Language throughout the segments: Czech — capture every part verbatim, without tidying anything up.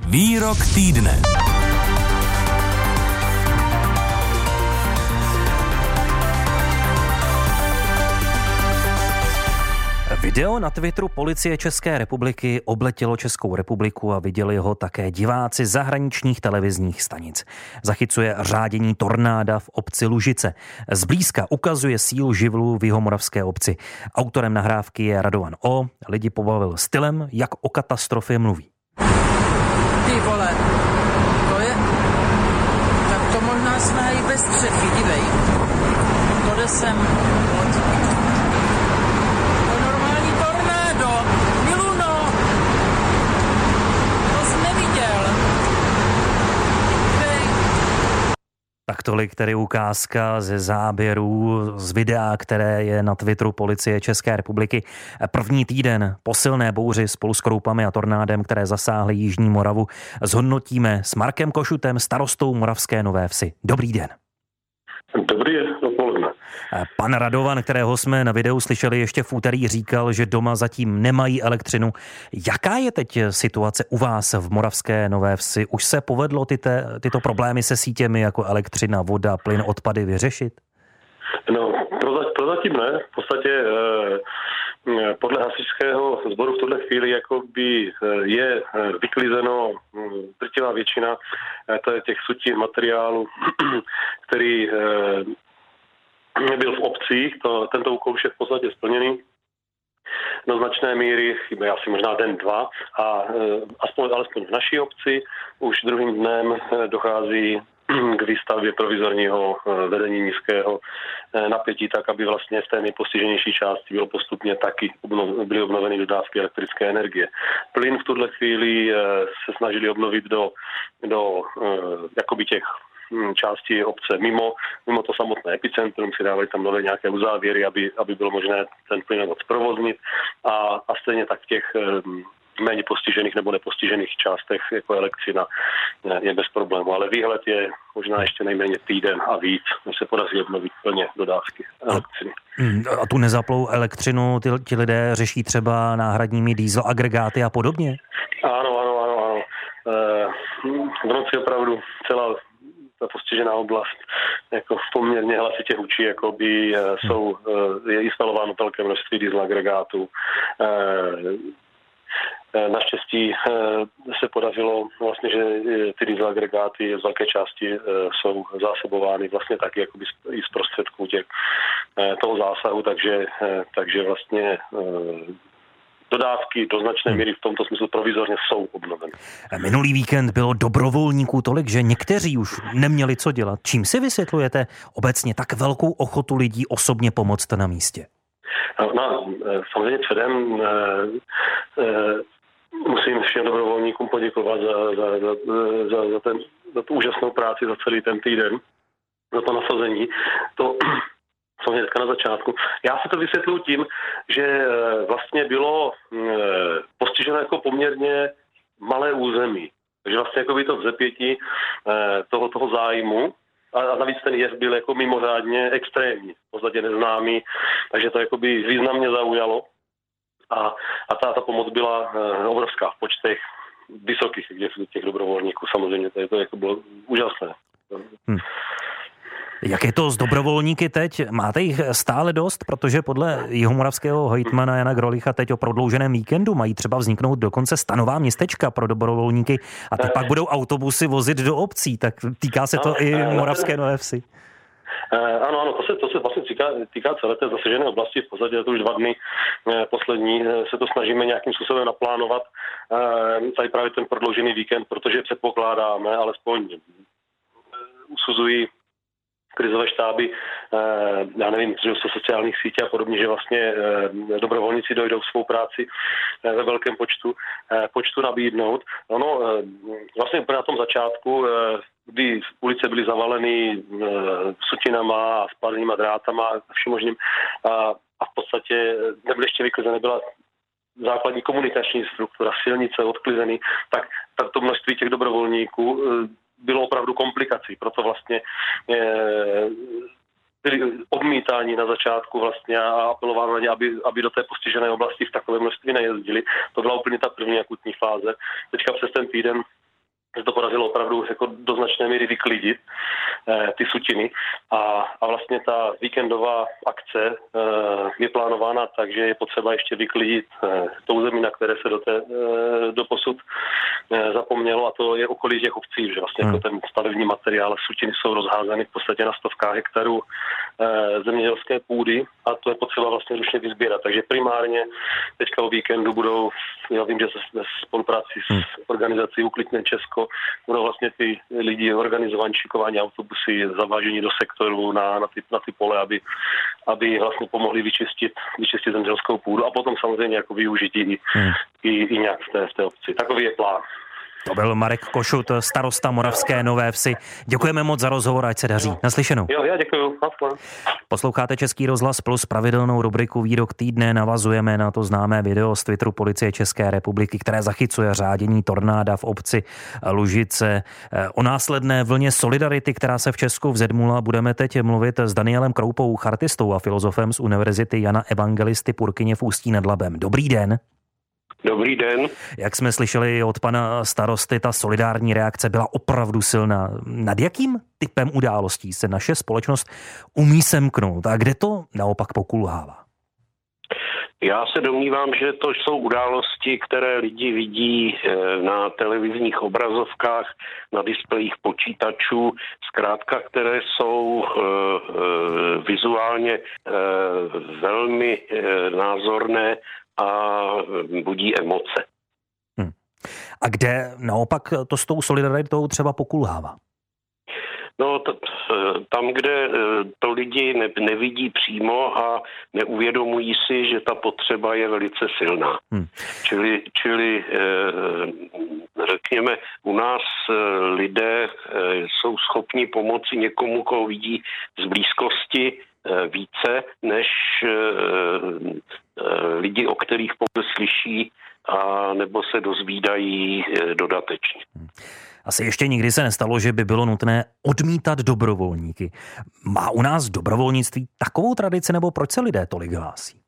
Výrok týdne. Video na Twitteru Policie České republiky obletělo Českou republiku a viděli ho také diváci zahraničních televizních stanic. Zachycuje řádění tornáda v obci Lužice. Zblízka ukazuje sílu živlů v jihomoravské obci. Autorem nahrávky je Radovan O. Lidi pobavil stylem, jak o katastrofě mluví. Ty vole, to je... Tak to možná jsme i bez střechy, dívej. To jde sem od... Tak tolik tedy ukázka ze záběrů z videa, které je na Twitteru Policie České republiky. První týden po silné bouři spolu s kroupami a tornádem, které zasáhly Jižní Moravu, zhodnotíme s Markem Košutem, starostou Moravské Nové Vsi. Dobrý den. Dobrý den, dopoledne. Pan Radovan, kterého jsme na videu slyšeli ještě v úterý, říkal, že doma zatím nemají elektřinu. Jaká je teď situace u vás v Moravské Nové Vsi? Už se povedlo tyte, tyto problémy se sítěmi jako elektřina, voda, plyn, odpady vyřešit? No, prozatím ne. V podstatě eh, podle hasičského sboru v tuhle chvíli jakoby je vyklizeno drtivá většina eh, těch sutí materiálu, který eh, byl v obcích. To, tento úkol už je v podstatě splněný. Do značné míry chybí asi možná den, dva a e, aspoň, alespoň v naší obci už druhým dnem e, dochází k výstavbě provizorního e, vedení nízkého e, napětí, tak aby vlastně z té nejpostiženější části bylo postupně taky obnov, byly obnoveny dodávky elektrické energie. Plyn v tuhle chvíli e, se snažili obnovit do, do e, jakoby těch části obce mimo, mimo to samotné epicentrum, si dávali tam nové nějaké uzávěry, aby, aby bylo možné ten plynovod zprovoznit a, a stejně tak v těch um, méně postižených nebo nepostižených částech jako elektřina je bez problému, ale výhled je možná ještě nejméně týden a víc, než se podaří obnovit plně dodávky elektřiny. A tu nezaplou elektřinu ty, ti lidé řeší třeba náhradními diesel agregáty a podobně? Ano, ano, ano, ano. E, v noci opravdu celá ta postižená oblast jako poměrně hlasitě hučí, jako by jsou, je instalováno velké množství diesel agregátů. Naštěstí se podařilo vlastně, že ty diesel agregáty z velké části jsou zásobovány vlastně taky jakoby i z prostředků těch, toho zásahu, takže, takže vlastně dodávky do značné míry v tomto smyslu provizorně jsou obnoveny. Minulý víkend bylo dobrovolníků tolik, že někteří už neměli co dělat. Čím si vysvětlujete obecně tak velkou ochotu lidí osobně pomoct na místě? No, samozřejmě předem musím všem dobrovolníkům poděkovat za, za, za, za, za, ten, za tu úžasnou práci za celý ten týden, za to nasazení. To samozřejmě hnedka na začátku. Já se to vysvětluji tím, že vlastně bylo postiženo jako poměrně malé území. Takže vlastně jako by to vzepětí toho, toho zájmu a navíc ten jev byl jako mimořádně extrémní, v podstatě neznámý, takže to jako by významně zaujalo a, a ta, ta pomoc byla obrovská v počtech vysokých těch dobrovolníků. Samozřejmě to, je, to jako bylo úžasné. Hmm. Jak je to s dobrovolníky teď? Máte jich stále dost? Protože podle jihomoravského hejtmana Jana Grolicha teď o prodlouženém víkendu mají třeba vzniknout dokonce stanová městečka pro dobrovolníky a ty pak budou autobusy vozit do obcí. Tak týká se to i Moravské Nové Vsi. Ano, ano, to se, to se vlastně týká, týká celé té zasažené oblasti. V podstatě to už dva dny poslední se to snažíme nějakým způsobem naplánovat. Tady právě ten prodloužený víkend, protože předpokládáme, alespoň usuzují krizové štáby, já nevím, že jsou sociálních sítí a podobně, že vlastně dobrovolníci dojdou svou práci ve velkém počtu, počtu nabídnout. Ono vlastně úplně na tom začátku, kdy ulice byly zavaleny sutinama a spálenýma drátama a vším možným a v podstatě nebyly ještě vyklizené, nebyla základní komunikační struktura, silnice odklizený, tak, tak to množství těch dobrovolníků bylo opravdu komplikací, proto vlastně e, byli odmítáni na začátku vlastně a apelováno na ně, aby, aby do té postižené oblasti v takové množství nejezdili. To byla úplně ta první akutní fáze. Teďka přes ten týden se to podařilo opravdu jako do značné míry vyklidit eh, ty sutiny a, a vlastně ta víkendová akce eh, je plánována tak, že je potřeba ještě vyklidit eh, to území, na které se do, té, eh, do posud eh, zapomnělo, a to je okolí těch obcí, že vlastně hmm. jako ten stavební materiál, sutiny jsou rozházány v podstatě na stovkách hektarů eh, zemědělské půdy a to je potřeba vlastně ručně vysbírat. Takže primárně teďka o víkendu budou, já vím, že se spolupráci s organizací Uklidně Česko budou vlastně ty lidi organizování, šikování autobusy, zavážení do sektoru na, na, ty, na ty pole, aby, aby vlastně pomohli vyčistit, vyčistit zemědělskou půdu a potom samozřejmě jako využití i, hmm. i, i nějak v té, v té obci. Takový je plán. To byl Marek Košut, starosta Moravské Nové Vsi. Děkujeme moc za rozhovor, ať se daří. Naslyšenou. Jo, já děkuju. Posloucháte Český rozhlas Plus, pravidelnou rubriku Výrok týdne. Navazujeme na to známé video z Twitteru Policie České republiky, které zachycuje řádění tornáda v obci Lužice. O následné vlně solidarity, která se v Česku vzedmula, budeme teď mluvit s Danielem Kroupou, chartistou a filozofem z Univerzity Jana Evangelisty Purkyně v Ústí nad Labem. Dobrý den. Dobrý den. Jak jsme slyšeli od pana starosty, ta solidární reakce byla opravdu silná. Nad jakým typem událostí se naše společnost umí semknout a kde to naopak pokulhává? Já se domnívám, že to jsou události, které lidi vidí na televizních obrazovkách, na displejích počítačů, zkrátka, které jsou vizuálně velmi názorné a budí emoce. Hmm. A kde naopak to s tou solidaritou třeba pokulhává? No, t- tam, kde to lidi ne- nevidí přímo a neuvědomují si, že ta potřeba je velice silná. Hmm. Čili, čili řekněme, u nás lidé jsou schopni pomoci někomu, koho vidí z blízkosti více, než lidi, o kterých pouze slyší a nebo se dozvídají dodatečně. Asi ještě nikdy se nestalo, že by bylo nutné odmítat dobrovolníky. Má u nás dobrovolnictví takovou tradici, nebo proč se lidé tolik hlásí?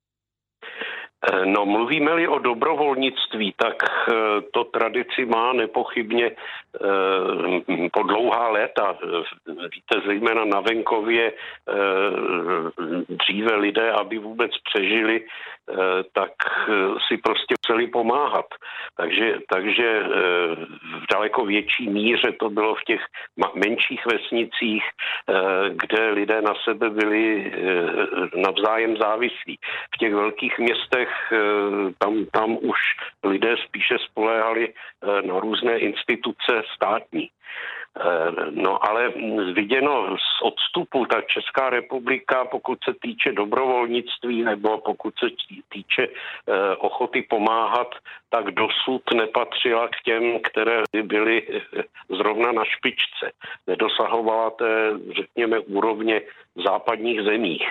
No, mluvíme-li o dobrovolnictví, tak to tradici má nepochybně po dlouhá léta. Víte, zejména na venkově dříve lidé, aby vůbec přežili, tak si prostě museli pomáhat. Takže, takže v daleko větší míře to bylo v těch menších vesnicích, kde lidé na sebe byli navzájem závislí. V těch velkých městech tam, tam už lidé spíše spoléhali na různé instituce státní. No ale viděno z odstupu, tak Česká republika, pokud se týče dobrovolnictví nebo pokud se týče ochoty pomáhat, tak dosud nepatřila k těm, které byly zrovna na špičce. Nedosahovala té, řekněme, úrovně v západních zemích.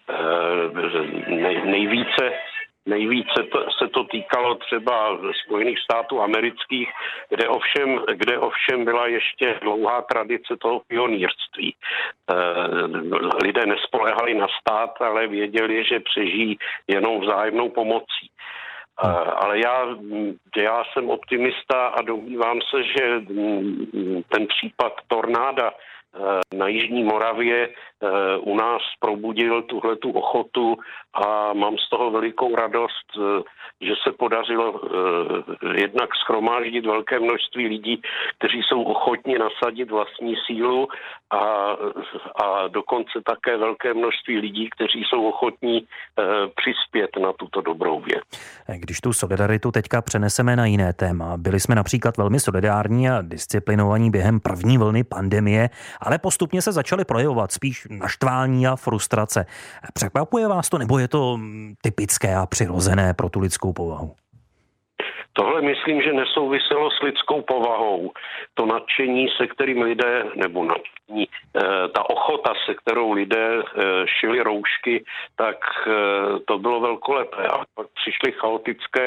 Nejvíce Nejvíce to, se to týkalo třeba Spojených států amerických, kde ovšem, kde ovšem byla ještě dlouhá tradice toho pionýrství. Lidé nespoléhali na stát, ale věděli, že přežijí jenom vzájemnou pomocí. Ale já, já jsem optimista a domnívám se, že ten případ tornáda na Jižní Moravě u nás probudil tuhletu ochotu a mám z toho velikou radost, že se podařilo jednak shromáždit velké množství lidí, kteří jsou ochotni nasadit vlastní sílu a, a dokonce také velké množství lidí, kteří jsou ochotní přispět na tuto dobrou věc. Když tu solidaritu teďka přeneseme na jiné téma, byli jsme například velmi solidární a disciplinovaní během první vlny pandemie, ale postupně se začaly projevovat spíš naštvání a frustrace. Překvapuje vás to, nebo je to typické a přirozené pro tu lidskou povahu? Tohle myslím, že nesouviselo s lidskou povahou. To nadšení, se kterým lidé, nebo nadšení, ta ochota, se kterou lidé šili roušky, tak to bylo velkolepé. A pak přišly chaotické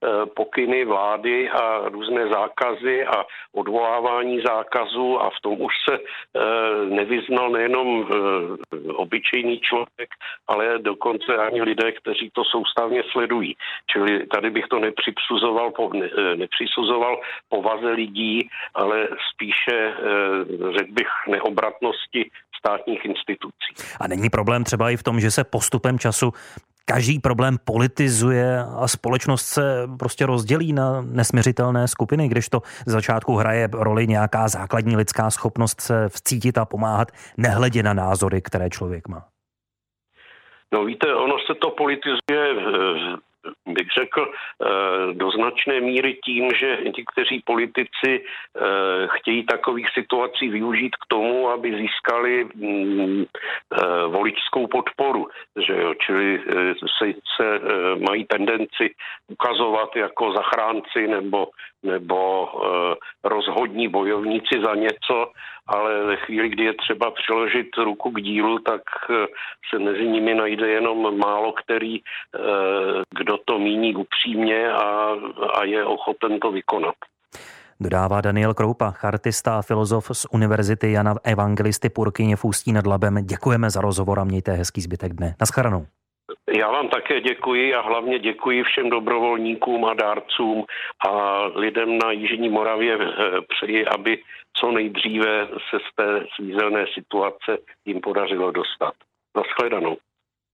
pokyny vlády a různé zákazy a odvolávání zákazů a v tom už se nevyznal nejenom obyčejný člověk, ale dokonce ani lidé, kteří to soustavně sledují. Čili tady bych to nepřisuzoval, nepřisuzoval povaze lidí, ale spíše, řekl bych, neobratnosti státních institucí. A není problém třeba i v tom, že se postupem času každý problém politizuje a společnost se prostě rozdělí na nesměřitelné skupiny, kdežto z začátku hraje roli nějaká základní lidská schopnost se vcítit a pomáhat, nehledě na názory, které člověk má? No víte, ono se to politizuje, bych řekl, do značné míry tím, že někteří politici chtějí takových situací využít k tomu, aby získali voličskou podporu. Že jo? Čili se, se mají tendenci ukazovat jako zachránci nebo, nebo rozhodní bojovníci za něco, ale ve chvíli, kdy je třeba přiložit ruku k dílu, tak se mezi nimi najde jenom málo který, kdo to míní upřímně a, a je ochoten to vykonat. Dodává Daniel Kroupa, chartista a filozof z Univerzity Jana Evangelisty Purkyně v Ústí nad Labem. Děkujeme za rozhovor a mějte hezký zbytek dne. Naschledanou. Já vám také děkuji a hlavně děkuji všem dobrovolníkům a dárcům a lidem na Jižní Moravě přeji, aby co nejdříve se z té svízelné situace jim podařilo dostat. Naschledanou.